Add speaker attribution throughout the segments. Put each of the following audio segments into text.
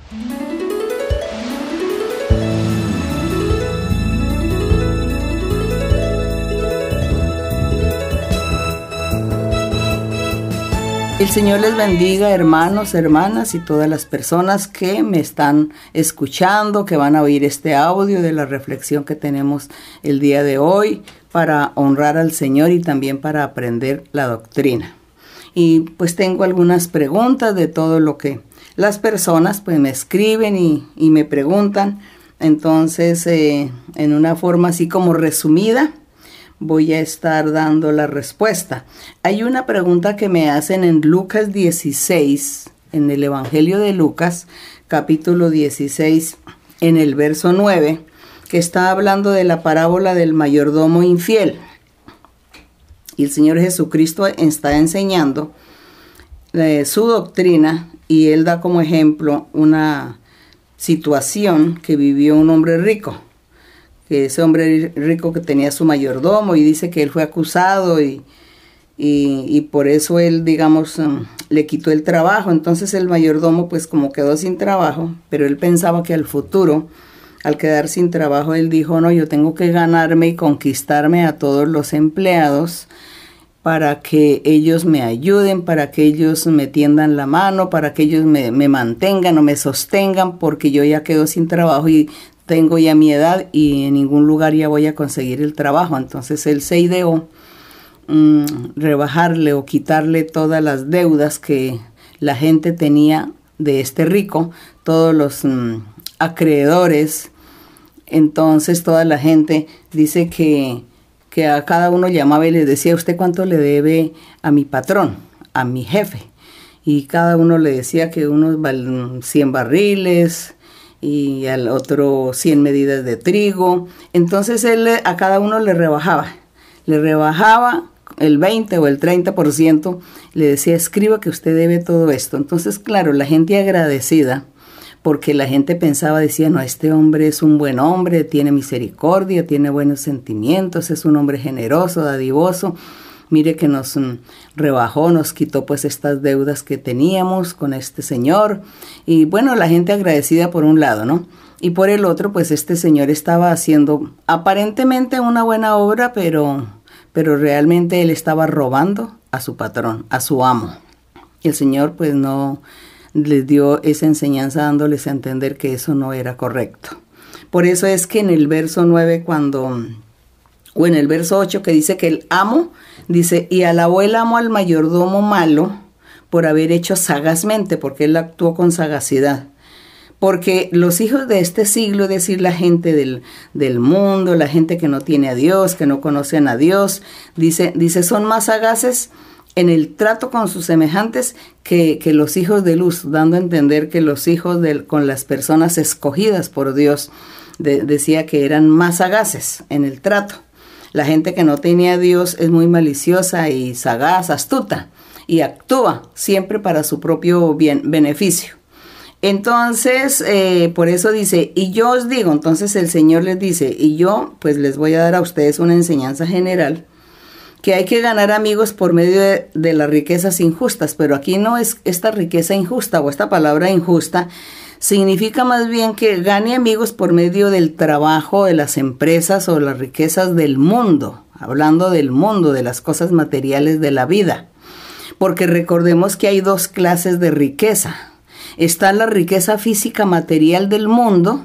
Speaker 1: El Señor les bendiga, hermanos, hermanas y todas las personas que me están escuchando, que van a oír este audio de la reflexión que tenemos el día de hoy para honrar al Señor y también para aprender la doctrina. Y pues tengo algunas preguntas de todo lo que las personas pues me escriben y me preguntan. Entonces, en una forma así como resumida, voy a estar dando la respuesta. Hay una pregunta que me hacen en Lucas 16, en el Evangelio de Lucas, capítulo 16, en el verso 9, que está hablando de la parábola del mayordomo infiel. Y el Señor Jesucristo está enseñando su doctrina y Él da como ejemplo una situación que vivió un hombre rico. Que ese hombre rico que tenía su mayordomo y dice que él fue acusado y por eso él, digamos, le quitó el trabajo. Entonces el mayordomo pues como quedó sin trabajo, pero él pensaba que al futuro, al quedar sin trabajo, él dijo, no, yo tengo que ganarme y conquistarme a todos los empleados para que ellos me ayuden, para que ellos me tiendan la mano, para que ellos me mantengan o me sostengan, porque yo ya quedo sin trabajo y tengo ya mi edad y en ningún lugar ya voy a conseguir el trabajo. Entonces él se ideó rebajarle o quitarle todas las deudas que la gente tenía de este rico, todos los acreedores. Entonces toda la gente dice que a cada uno llamaba y le decía, ¿usted cuánto le debe a mi patrón, a mi jefe? Y cada uno le decía que unos 100 barriles y al otro 100 medidas de trigo. Entonces él a cada uno le rebajaba el 20 o el 30%, le decía, escriba que usted debe todo esto. Entonces, claro, la gente agradecida, porque la gente pensaba, decía, no, este hombre es un buen hombre, tiene misericordia, tiene buenos sentimientos, es un hombre generoso, dadivoso. Mire que nos rebajó, nos quitó pues estas deudas que teníamos con este señor. Y bueno, la gente agradecida por un lado, ¿no? Y por el otro, pues este señor estaba haciendo aparentemente una buena obra, pero realmente él estaba robando a su patrón, a su amo. Y el Señor pues no les dio esa enseñanza dándoles a entender que eso no era correcto. Por eso es que en el verso 9 o en el verso 8 que dice que el amo, dice, y alabó el amo al mayordomo malo por haber hecho sagazmente, porque él actuó con sagacidad. Porque los hijos de este siglo, es decir, la gente del mundo, la gente que no tiene a Dios, que no conocen a Dios, dice son más sagaces en el trato con sus semejantes que los hijos de luz, dando a entender que los hijos con las personas escogidas por Dios, decía que eran más sagaces en el trato. La gente que no tenía a Dios es muy maliciosa y sagaz, astuta, y actúa siempre para su propio beneficio. Entonces, por eso dice, y yo os digo, entonces el Señor les dice, y yo pues les voy a dar a ustedes una enseñanza general, que hay que ganar amigos por medio de las riquezas injustas, pero aquí no es esta riqueza injusta o esta palabra injusta, significa más bien que gane amigos por medio del trabajo de las empresas o las riquezas del mundo, hablando del mundo, de las cosas materiales de la vida, porque recordemos que hay dos clases de riqueza. Está la riqueza física material del mundo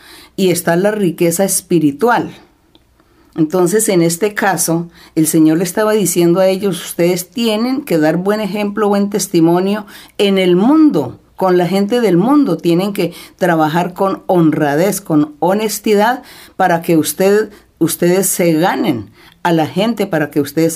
Speaker 1: y está la riqueza espiritual. Entonces, en este caso, el Señor le estaba diciendo a ellos, ustedes tienen que dar buen ejemplo, buen testimonio en el mundo, con la gente del mundo. Tienen que trabajar con honradez, con honestidad, para que ustedes se ganen a la gente, para que ustedes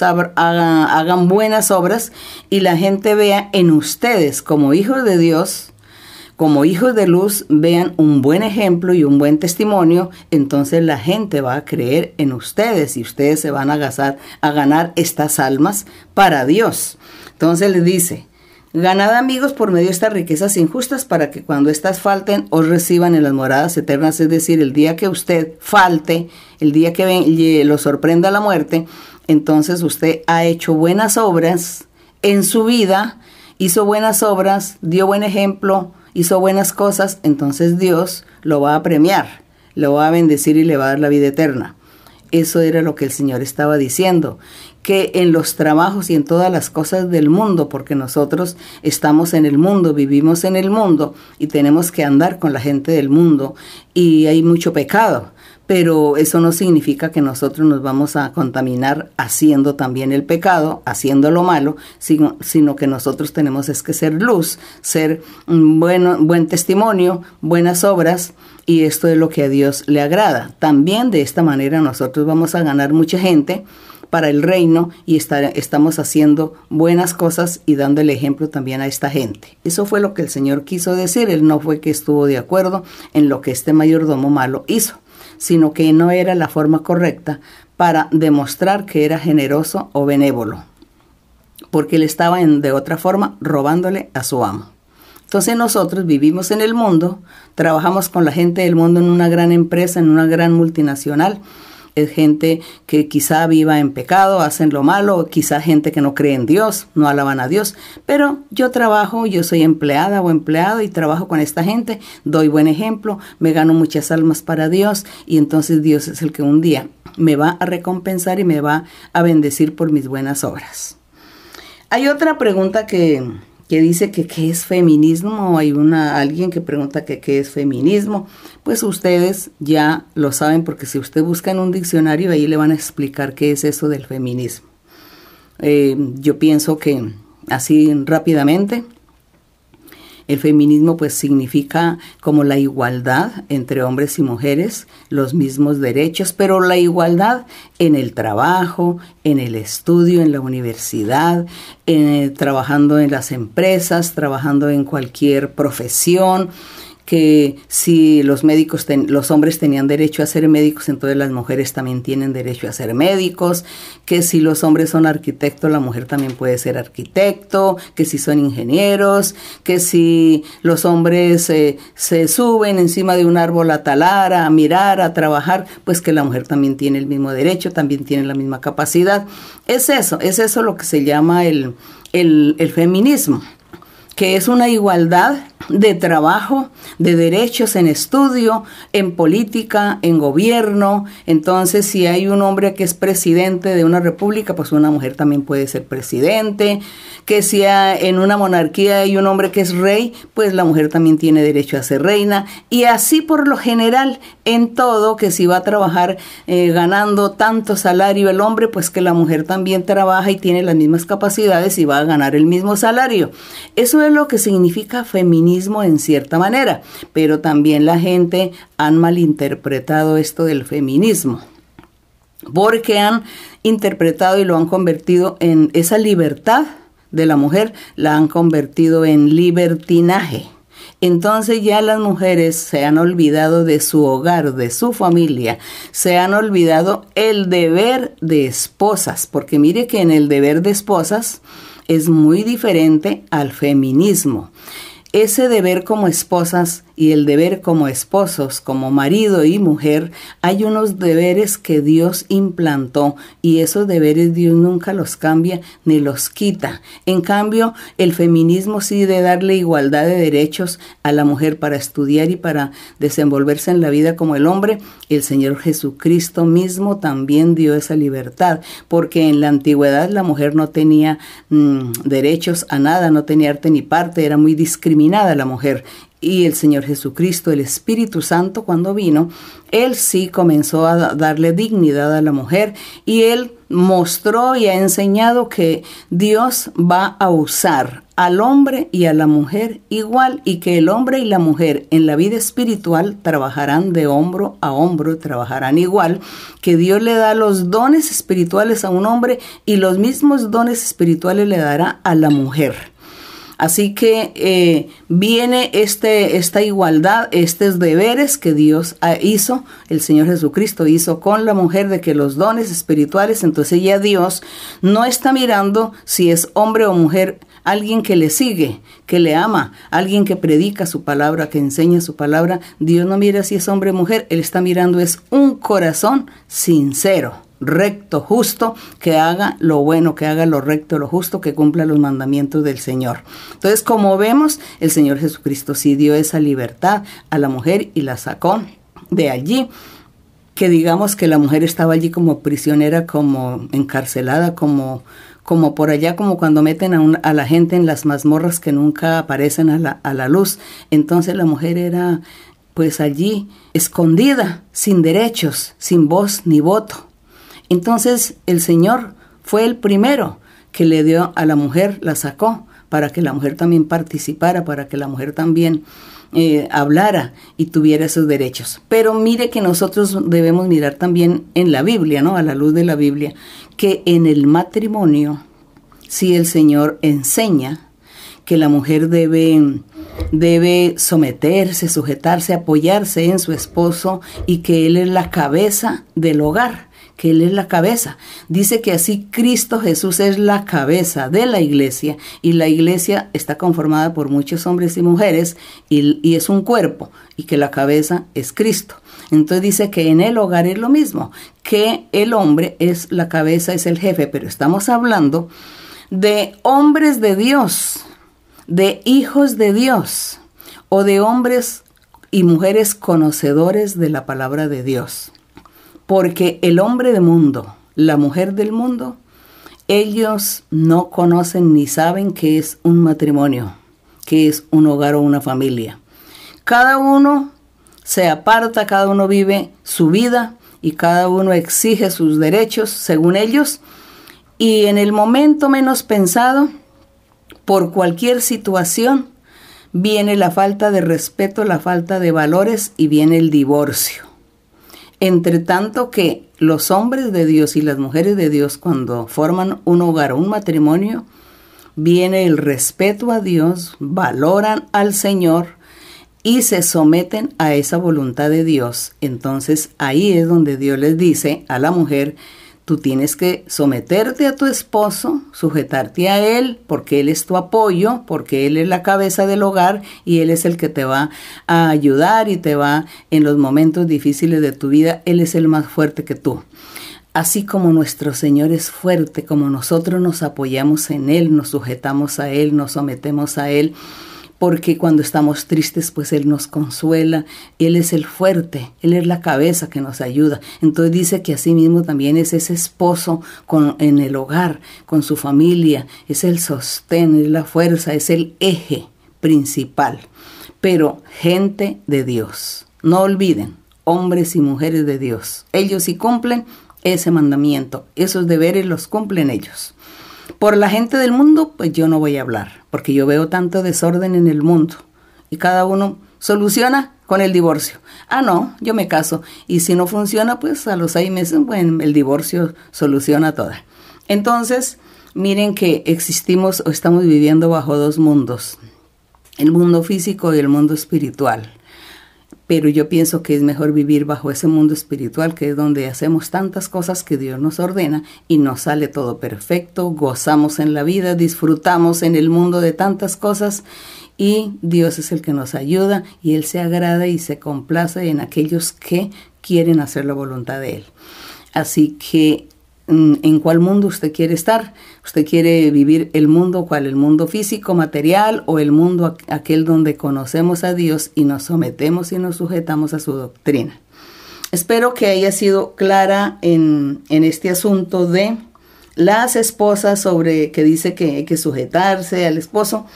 Speaker 1: hagan buenas obras y la gente vea en ustedes como hijos de Dios, como hijos de luz, vean un buen ejemplo y un buen testimonio. Entonces la gente va a creer en ustedes y ustedes se van a ganar estas almas para Dios. Entonces les dice, ganad amigos por medio de estas riquezas injustas para que cuando éstas falten os reciban en las moradas eternas. Es decir, el día que usted falte, el día que lo sorprenda la muerte, entonces usted ha hecho buenas obras en su vida, hizo buenas obras, dio buen ejemplo hizo buenas cosas, entonces Dios lo va a premiar, lo va a bendecir y le va a dar la vida eterna. Eso era lo que el Señor estaba diciendo, que en los trabajos y en todas las cosas del mundo, porque nosotros estamos en el mundo, vivimos en el mundo y tenemos que andar con la gente del mundo y hay mucho pecado, pero eso no significa que nosotros nos vamos a contaminar haciendo también el pecado, haciendo lo malo, sino que nosotros tenemos es que ser luz, ser buen testimonio, buenas obras. Y esto es lo que a Dios le agrada. También de esta manera nosotros vamos a ganar mucha gente para el reino y estamos haciendo buenas cosas y dando el ejemplo también a esta gente. Eso fue lo que el Señor quiso decir. Él no fue que estuvo de acuerdo en lo que este mayordomo malo hizo, sino que no era la forma correcta para demostrar que era generoso o benévolo, porque él estaba de otra forma robándole a su amo. Entonces nosotros vivimos en el mundo, trabajamos con la gente del mundo en una gran empresa, en una gran multinacional. Es gente que quizá viva en pecado, hacen lo malo, quizá gente que no cree en Dios, no alaban a Dios. Pero yo trabajo, yo soy empleada o empleado y trabajo con esta gente, doy buen ejemplo, me gano muchas almas para Dios y entonces Dios es el que un día me va a recompensar y me va a bendecir por mis buenas obras. Hay otra pregunta que dice que qué es feminismo. Hay alguien que pregunta que qué es feminismo. Pues ustedes ya lo saben, porque si usted busca en un diccionario, ahí le van a explicar qué es eso del feminismo. Yo pienso que así rápidamente, el feminismo pues significa como la igualdad entre hombres y mujeres, los mismos derechos, pero la igualdad en el trabajo, en el estudio, en la universidad, trabajando en las empresas, trabajando en cualquier profesión. Que si los hombres tenían derecho a ser médicos, entonces las mujeres también tienen derecho a ser médicos, que si los hombres son arquitectos, la mujer también puede ser arquitecto, que si son ingenieros, que si los hombres se suben encima de un árbol a talar, a mirar, a trabajar, pues que la mujer también tiene el mismo derecho, también tiene la misma capacidad. Es eso lo que se llama el feminismo, que es una igualdad de trabajo, de derechos en estudio, en política, en gobierno. Entonces, si hay un hombre que es presidente de una república, pues una mujer también puede ser presidente. Que si en una monarquía hay un hombre que es rey, pues la mujer también tiene derecho a ser reina. Y así por lo general, en todo, que si va a trabajar ganando tanto salario el hombre, pues que la mujer también trabaja y tiene las mismas capacidades y va a ganar el mismo salario. Eso es lo que significa feminismo en cierta manera, pero también la gente han malinterpretado esto del feminismo, porque han interpretado y lo han convertido en esa libertad de la mujer, la han convertido en libertinaje. Entonces ya las mujeres se han olvidado de su hogar, de su familia, se han olvidado el deber de esposas, porque mire que en el deber de esposas es muy diferente al feminismo. Ese deber como esposas y el deber como esposos, como marido y mujer, hay unos deberes que Dios implantó y esos deberes Dios nunca los cambia ni los quita. En cambio, el feminismo sí de darle igualdad de derechos a la mujer para estudiar y para desenvolverse en la vida como el hombre. El Señor Jesucristo mismo también dio esa libertad, porque en la antigüedad la mujer no tenía derechos a nada, no tenía arte ni parte, era muy discriminada la mujer. Y el Señor Jesucristo, el Espíritu Santo, cuando vino, Él sí comenzó a darle dignidad a la mujer y Él mostró y ha enseñado que Dios va a usar al hombre y a la mujer igual y que el hombre y la mujer en la vida espiritual trabajarán de hombro a hombro, trabajarán igual, que Dios le da los dones espirituales a un hombre y los mismos dones espirituales le dará a la mujer. Así que viene esta igualdad, estos deberes que Dios hizo, el Señor Jesucristo hizo con la mujer, de que los dones espirituales, entonces ya Dios no está mirando si es hombre o mujer, alguien que le sigue, que le ama, alguien que predica su palabra, que enseña su palabra. Dios no mira si es hombre o mujer, Él está mirando es un corazón sincero, recto, justo, que haga lo bueno, que haga lo recto, lo justo, que cumpla los mandamientos del Señor. Entonces, como vemos, el Señor Jesucristo sí dio esa libertad a la mujer y la sacó de allí, que digamos que la mujer estaba allí como prisionera, como encarcelada, como por allá, como cuando meten a la gente en las mazmorras que nunca aparecen a la luz. Entonces la mujer era pues allí escondida, sin derechos, sin voz ni voto. Entonces el Señor fue el primero que le dio a la mujer, la sacó, para que la mujer también participara, para que la mujer también hablara y tuviera esos derechos. Pero mire que nosotros debemos mirar también en la Biblia, ¿no? A la luz de la Biblia, que en el matrimonio, sí, el Señor enseña que la mujer debe someterse, sujetarse, apoyarse en su esposo y que Él es la cabeza del hogar, que Él es la cabeza. Dice que así Cristo Jesús es la cabeza de la iglesia y la iglesia está conformada por muchos hombres y mujeres y es un cuerpo y que la cabeza es Cristo. Entonces dice que en el hogar es lo mismo, que el hombre es la cabeza, es el jefe, pero estamos hablando de hombres de Dios, de hijos de Dios o de hombres y mujeres conocedores de la palabra de Dios. Porque el hombre del mundo, la mujer del mundo, ellos no conocen ni saben qué es un matrimonio, qué es un hogar o una familia. Cada uno se aparta, cada uno vive su vida y cada uno exige sus derechos según ellos. Y en el momento menos pensado, por cualquier situación, viene la falta de respeto, la falta de valores y viene el divorcio. Entre tanto que los hombres de Dios y las mujeres de Dios, cuando forman un hogar o un matrimonio, viene el respeto a Dios, valoran al Señor y se someten a esa voluntad de Dios. Entonces ahí es donde Dios les dice a la mujer: tú tienes que someterte a tu esposo, sujetarte a él, porque él es tu apoyo, porque él es la cabeza del hogar y él es el que te va a ayudar y te va en los momentos difíciles de tu vida. Él es el más fuerte que tú. Así como nuestro Señor es fuerte, como nosotros nos apoyamos en Él, nos sujetamos a Él, nos sometemos a Él, porque cuando estamos tristes, pues Él nos consuela. Él es el fuerte, Él es la cabeza que nos ayuda. Entonces dice que así mismo también es ese esposo en el hogar, con su familia, es el sostén, es la fuerza, es el eje principal. Pero gente de Dios, no olviden, hombres y mujeres de Dios, ellos sí cumplen ese mandamiento, esos deberes los cumplen ellos. Por la gente del mundo, pues yo no voy a hablar, porque yo veo tanto desorden en el mundo y cada uno soluciona con el divorcio. Ah, no, yo me caso y si no funciona, pues a los 6 meses, bueno, el divorcio soluciona toda. Entonces, miren que existimos o estamos viviendo bajo 2 mundos, el mundo físico y el mundo espiritual. Pero yo pienso que es mejor vivir bajo ese mundo espiritual, que es donde hacemos tantas cosas que Dios nos ordena y nos sale todo perfecto, gozamos en la vida, disfrutamos en el mundo de tantas cosas y Dios es el que nos ayuda y Él se agrada y se complace en aquellos que quieren hacer la voluntad de Él. Así que, ¿en cuál mundo usted quiere estar? ¿Usted quiere vivir el mundo cuál? ¿El mundo físico, material o el mundo aquel donde conocemos a Dios y nos sometemos y nos sujetamos a su doctrina? Espero que haya sido clara en este asunto de las esposas, sobre que dice que hay que sujetarse al esposo,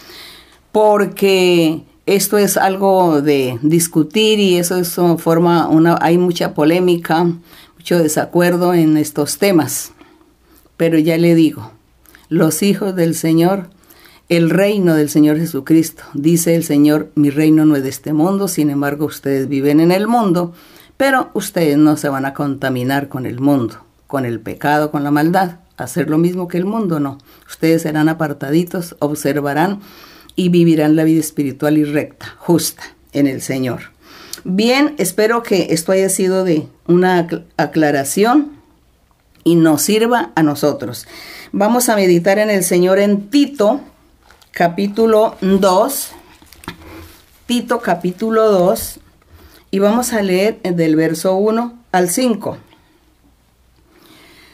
Speaker 1: porque esto es algo de discutir y eso hay mucha polémica, mucho desacuerdo en estos temas. Pero ya le digo, los hijos del Señor, el reino del Señor Jesucristo, dice el Señor: mi reino no es de este mundo, sin embargo ustedes viven en el mundo, pero ustedes no se van a contaminar con el mundo, con el pecado, con la maldad, hacer lo mismo que el mundo, no. Ustedes serán apartaditos, observarán y vivirán la vida espiritual y recta, justa en el Señor. Bien, espero que esto haya sido de una aclaración y nos sirva a nosotros. Vamos a meditar en el Señor en Tito, capítulo 2. Tito, capítulo 2. Y vamos a leer del verso 1 al 5.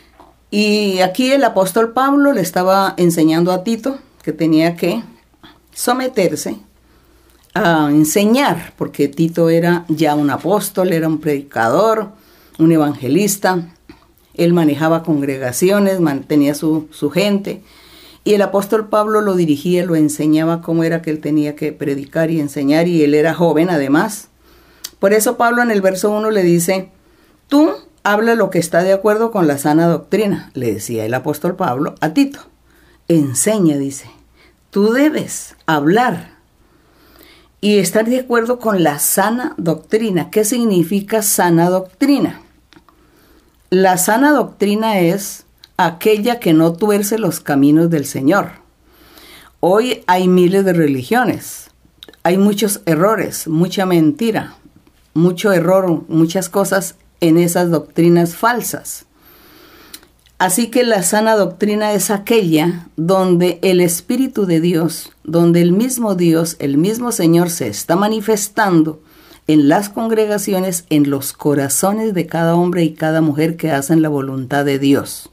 Speaker 1: Y aquí el apóstol Pablo le estaba enseñando a Tito que tenía que someterse a enseñar, porque Tito era ya un apóstol, era un predicador, un evangelista. Él manejaba congregaciones, tenía su gente. Y el apóstol Pablo lo dirigía, lo enseñaba cómo era que él tenía que predicar y enseñar. Y él era joven además. Por eso Pablo en el verso 1 le dice, tú habla lo que está de acuerdo con la sana doctrina, le decía el apóstol Pablo a Tito. Enseña, dice, tú debes hablar y estar de acuerdo con la sana doctrina. ¿Qué significa sana doctrina? La sana doctrina es aquella que no tuerce los caminos del Señor. Hoy hay miles de religiones, hay muchos errores, mucha mentira, mucho error, muchas cosas en esas doctrinas falsas. Así que la sana doctrina es aquella donde el Espíritu de Dios, donde el mismo Dios, el mismo Señor se está manifestando en las congregaciones, en los corazones de cada hombre y cada mujer que hacen la voluntad de Dios.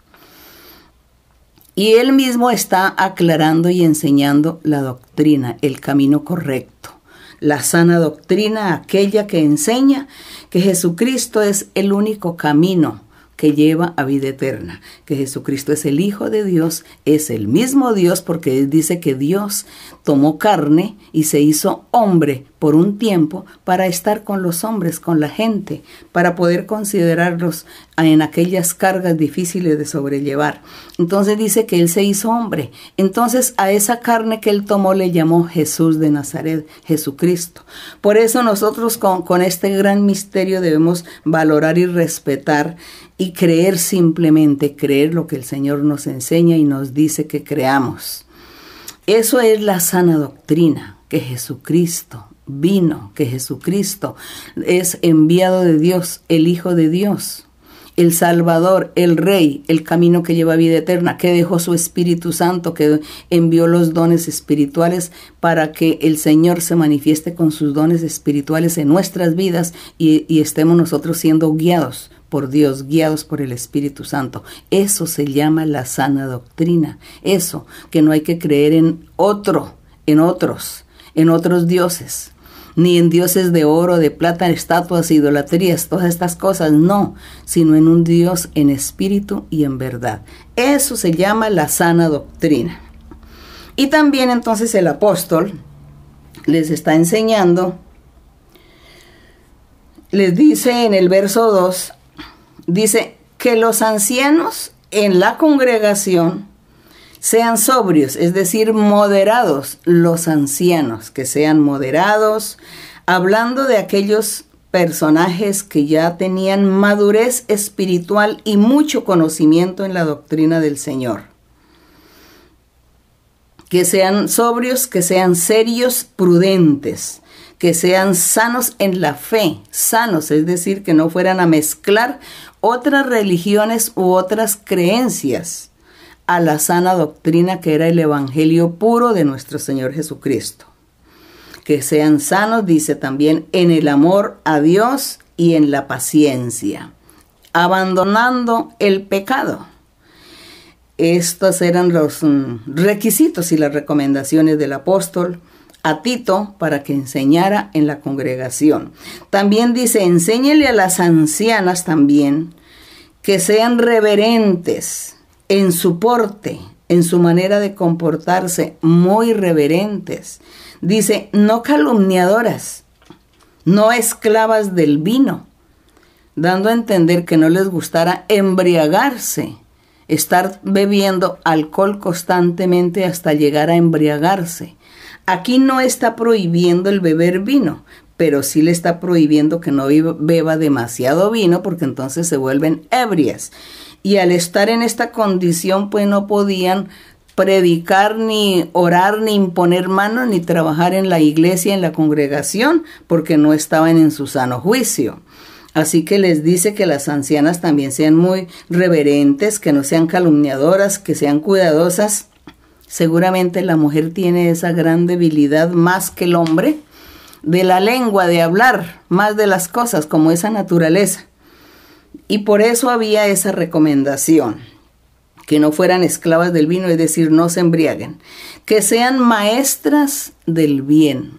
Speaker 1: Y Él mismo está aclarando y enseñando la doctrina, el camino correcto. La sana doctrina, aquella que enseña que Jesucristo es el único camino que lleva a vida eterna, que Jesucristo es el Hijo de Dios, es el mismo Dios, porque Él dice que Dios tomó carne y se hizo hombre por un tiempo para estar con los hombres, con la gente, para poder considerarlos en aquellas cargas difíciles de sobrellevar. Entonces dice que Él se hizo hombre. Entonces a esa carne que Él tomó le llamó Jesús de Nazaret, Jesucristo. Por eso nosotros con este gran misterio debemos valorar y respetar y creer, simplemente creer lo que el Señor nos enseña y nos dice que creamos. Eso es la sana doctrina, que Jesucristo vino, que Jesucristo es enviado de Dios, el Hijo de Dios, el Salvador, el Rey, el camino que lleva a vida eterna, que dejó su Espíritu Santo, que envió los dones espirituales para que el Señor se manifieste con sus dones espirituales en nuestras vidas y estemos nosotros siendo guiados por Dios, guiados por el Espíritu Santo. Eso se llama la sana doctrina. Eso, que no hay que creer en otros dioses, ni en dioses de oro, de plata, estatuas, idolatrías, todas estas cosas, no, sino en un Dios en espíritu y en verdad. Eso se llama la sana doctrina. Y también entonces el apóstol les está enseñando, les dice en el verso 2, dice que los ancianos en la congregación sean sobrios, es decir, moderados, los ancianos, que sean moderados, hablando de aquellos personajes que ya tenían madurez espiritual y mucho conocimiento en la doctrina del Señor. Que sean sobrios, que sean serios, prudentes, que sean sanos en la fe, sanos, es decir, que no fueran a mezclar otras religiones u otras creencias a la sana doctrina que era el evangelio puro de nuestro Señor Jesucristo. Que sean sanos, dice también, en el amor a Dios y en la paciencia, abandonando el pecado. Estos eran los requisitos y las recomendaciones del apóstol a Tito para que enseñara en la congregación. También dice, enséñele a las ancianas también que sean reverentes en su porte, en su manera de comportarse, muy reverentes. Dice, no calumniadoras, no esclavas del vino, dando a entender que no les gustara embriagarse, estar bebiendo alcohol constantemente hasta llegar a embriagarse. Aquí no está prohibiendo el beber vino, pero sí le está prohibiendo que no beba demasiado vino porque entonces se vuelven ebrias. Y al estar en esta condición, pues no podían predicar, ni orar, ni imponer manos, ni trabajar en la iglesia, en la congregación, porque no estaban en su sano juicio. Así que les dice que las ancianas también sean muy reverentes, que no sean calumniadoras, que sean cuidadosas. Seguramente la mujer tiene esa gran debilidad más que el hombre, de la lengua, de hablar más de las cosas, como esa naturaleza. Y por eso había esa recomendación. que no fueran esclavas del vino, es decir, no se embriaguen, que sean maestras del bien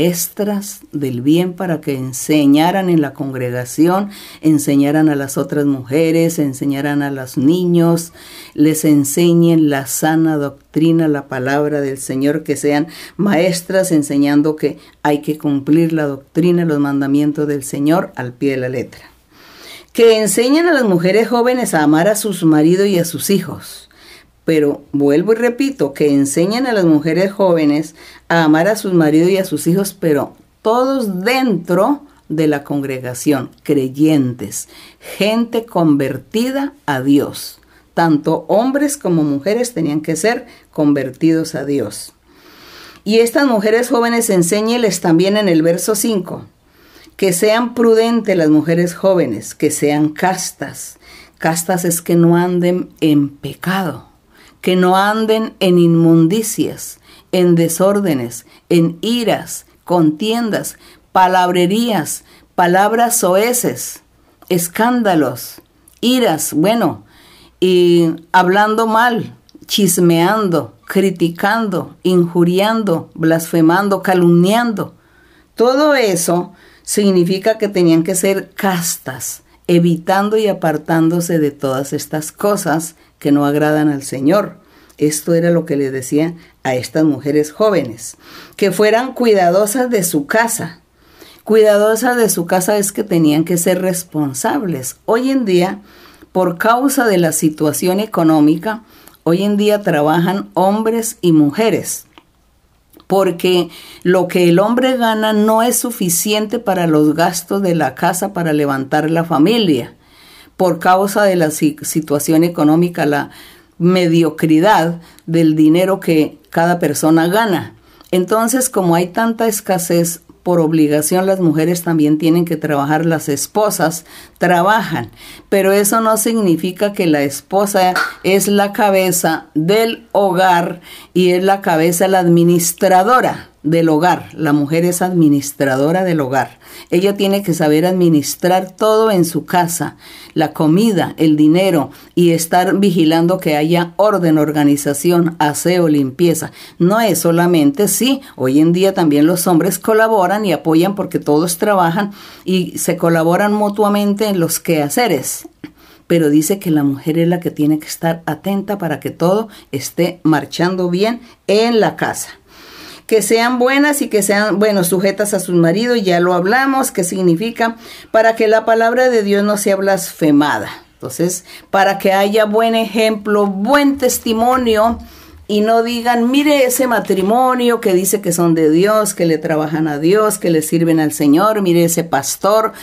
Speaker 1: para que enseñaran en la congregación, enseñaran a las otras mujeres, enseñaran a los niños, les enseñen la sana doctrina, la palabra del Señor, que sean maestras enseñando que hay que cumplir la doctrina, los mandamientos del Señor al pie de la letra. Que enseñen a las mujeres jóvenes a amar a sus maridos y a sus hijos. Pero vuelvo y repito, que enseñen a las mujeres jóvenes a amar a sus maridos y a sus hijos, pero todos dentro de la congregación, creyentes, gente convertida a Dios. Tanto hombres como mujeres tenían que ser convertidos a Dios. Y estas mujeres jóvenes enséñeles también en el verso 5, que sean prudentes las mujeres jóvenes, que sean castas. Castas es que no anden en pecado, que no anden en inmundicias, en desórdenes, en iras, contiendas, palabrerías, palabras soeces, escándalos, iras, y hablando mal, chismeando, criticando, injuriando, blasfemando, calumniando. Todo eso significa que tenían que ser castas, evitando y apartándose de todas estas cosas que no agradan al Señor. Esto era lo que les decía a estas mujeres jóvenes, que fueran cuidadosas de su casa. Cuidadosas de su casa es que tenían que ser responsables. Hoy en día, por causa de la situación económica, hoy en día trabajan hombres y mujeres, porque lo que el hombre gana no es suficiente para los gastos de la casa, para levantar la familia. Por causa de la situación económica, la mediocridad del dinero que cada persona gana. Entonces, como hay tanta escasez, por obligación las mujeres también tienen que trabajar, las esposas trabajan, pero eso no significa que la esposa es la cabeza del hogar y es la cabeza, la administradora del hogar. La mujer es administradora del hogar. Ella tiene que saber administrar todo en su casa, la comida, el dinero, y estar vigilando que haya orden, organización, aseo, limpieza. No es solamente, sí, hoy en día también los hombres colaboran y apoyan porque todos trabajan y se colaboran mutuamente en los quehaceres. Pero dice que la mujer es la que tiene que estar atenta para que todo esté marchando bien en la casa. Que sean buenas y que sean, sujetas a sus maridos, ya lo hablamos, ¿qué significa? Para que la palabra de Dios no sea blasfemada. Entonces, para que haya buen ejemplo, buen testimonio, y no digan, mire ese matrimonio que dice que son de Dios, que le trabajan a Dios, que le sirven al Señor, mire ese pastor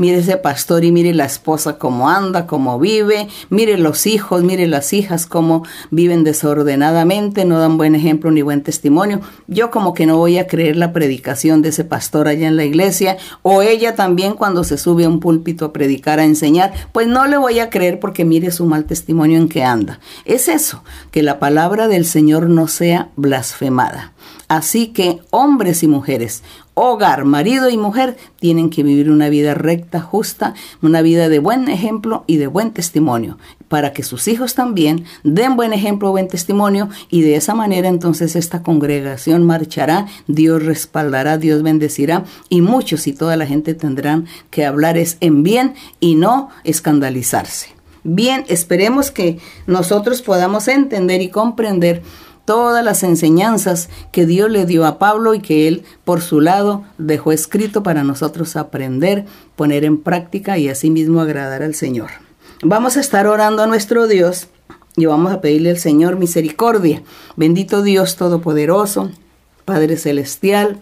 Speaker 1: y mire la esposa cómo anda, cómo vive, mire los hijos, mire las hijas cómo viven desordenadamente, no dan buen ejemplo ni buen testimonio. Yo como que no voy a creer la predicación de ese pastor allá en la iglesia, o ella también cuando se sube a un púlpito a predicar, a enseñar, pues no le voy a creer porque mire su mal testimonio en que anda. Es eso, que la palabra del Señor no sea blasfemada. Así que hombres y mujeres, hogar, marido y mujer, tienen que vivir una vida recta, justa, una vida de buen ejemplo y de buen testimonio, para que sus hijos también den buen ejemplo, buen testimonio, y de esa manera entonces esta congregación marchará, Dios respaldará, Dios bendecirá, y muchos y toda la gente tendrán que hablar es en bien y no escandalizarse. Bien, esperemos que nosotros podamos entender y comprender todas las enseñanzas que Dios le dio a Pablo y que él, por su lado, dejó escrito para nosotros aprender, poner en práctica y asimismo agradar al Señor. Vamos a estar orando a nuestro Dios y vamos a pedirle al Señor misericordia. Bendito Dios Todopoderoso, Padre Celestial,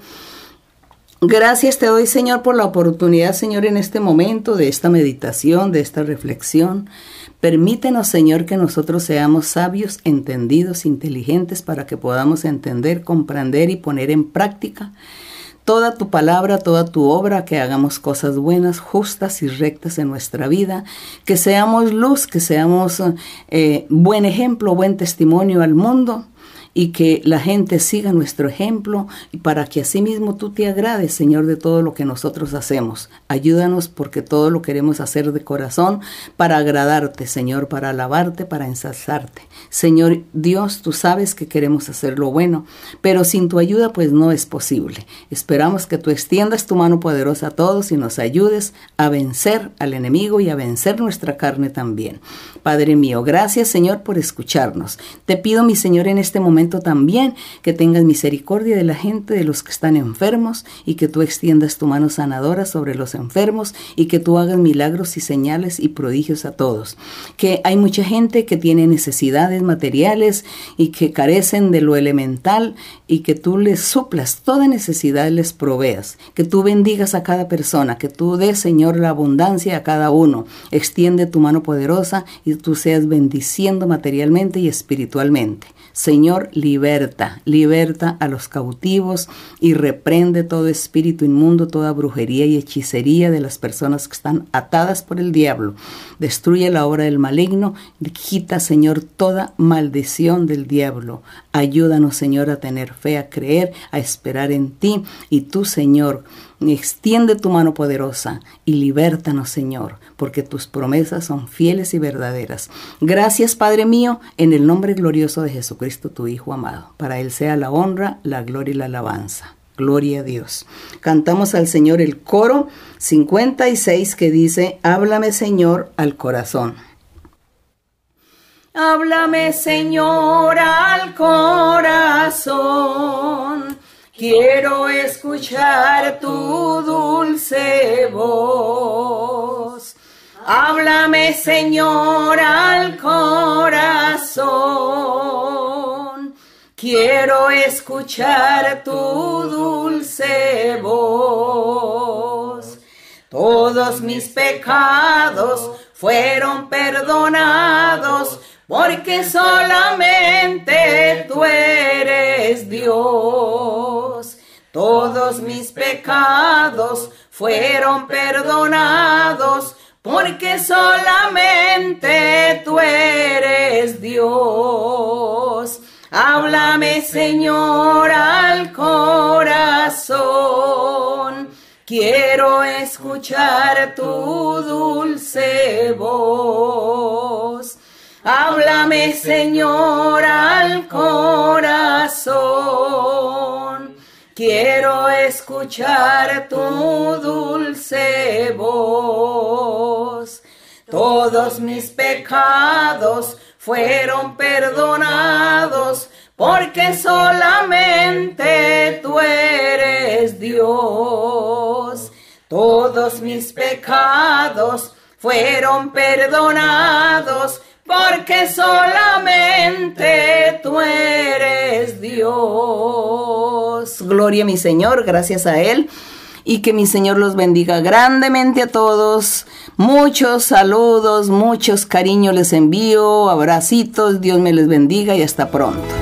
Speaker 1: gracias te doy, Señor, por la oportunidad, Señor, en este momento de esta meditación, de esta reflexión. Permítenos, Señor, que nosotros seamos sabios, entendidos, inteligentes, para que podamos entender, comprender y poner en práctica toda tu palabra, toda tu obra, que hagamos cosas buenas, justas y rectas en nuestra vida, que seamos luz, que seamos buen ejemplo, buen testimonio al mundo. y que la gente siga nuestro ejemplo y para que asimismo tú te agrades, Señor, de todo lo que nosotros hacemos. Ayúdanos porque todo lo queremos hacer de corazón para agradarte, Señor, para alabarte, para ensalzarte. Señor Dios, tú sabes que queremos hacer lo bueno, pero sin tu ayuda pues no es posible. Esperamos que tú extiendas tu mano poderosa a todos y nos ayudes a vencer al enemigo y a vencer nuestra carne también. Padre mío, gracias, Señor, por escucharnos. Te pido, mi Señor, en este momento también que tengas misericordia de la gente, de los que están enfermos, y que tú extiendas tu mano sanadora sobre los enfermos y que tú hagas milagros y señales y prodigios a todos. Que hay mucha gente que tiene necesidades materiales y que carecen de lo elemental y que tú les suplas toda necesidad, les proveas. Que tú bendigas a cada persona, que tú des, Señor, la abundancia a cada uno. Extiende tu mano poderosa y tú seas bendiciendo materialmente y espiritualmente. Señor, liberta a los cautivos y reprende todo espíritu inmundo, toda brujería y hechicería de las personas que están atadas por el diablo. Destruye la obra del maligno, quita, Señor, toda maldición del diablo. Ayúdanos, Señor, a tener fe, a creer, a esperar en ti, y tú, Señor, extiende tu mano poderosa y libértanos, Señor, porque tus promesas son fieles y verdaderas. Gracias, Padre mío, en el nombre glorioso de Jesucristo, tu Hijo amado. Para Él sea la honra, la gloria y la alabanza. Gloria a Dios. Cantamos al Señor el coro 56 que dice: háblame, Señor, al corazón. Háblame, Señor, al corazón. Quiero escuchar tu dulce voz. Háblame, Señor, al corazón. Quiero escuchar tu dulce voz. Todos mis pecados fueron perdonados, porque solamente tú eres Dios. Todos mis pecados fueron perdonados, porque solamente tú eres Dios. Háblame, Señor, al corazón. Quiero escuchar tu dulce voz. Háblame, Señor, al corazón. Quiero escuchar tu dulce voz. Todos mis pecados fueron perdonados, porque solamente tú eres Dios. Todos mis pecados fueron perdonados, porque solamente tú eres Dios. Gloria a mi Señor, gracias a Él. Y que mi Señor los bendiga grandemente a todos. Muchos saludos, muchos cariños les envío, abracitos, Dios me les bendiga y hasta pronto.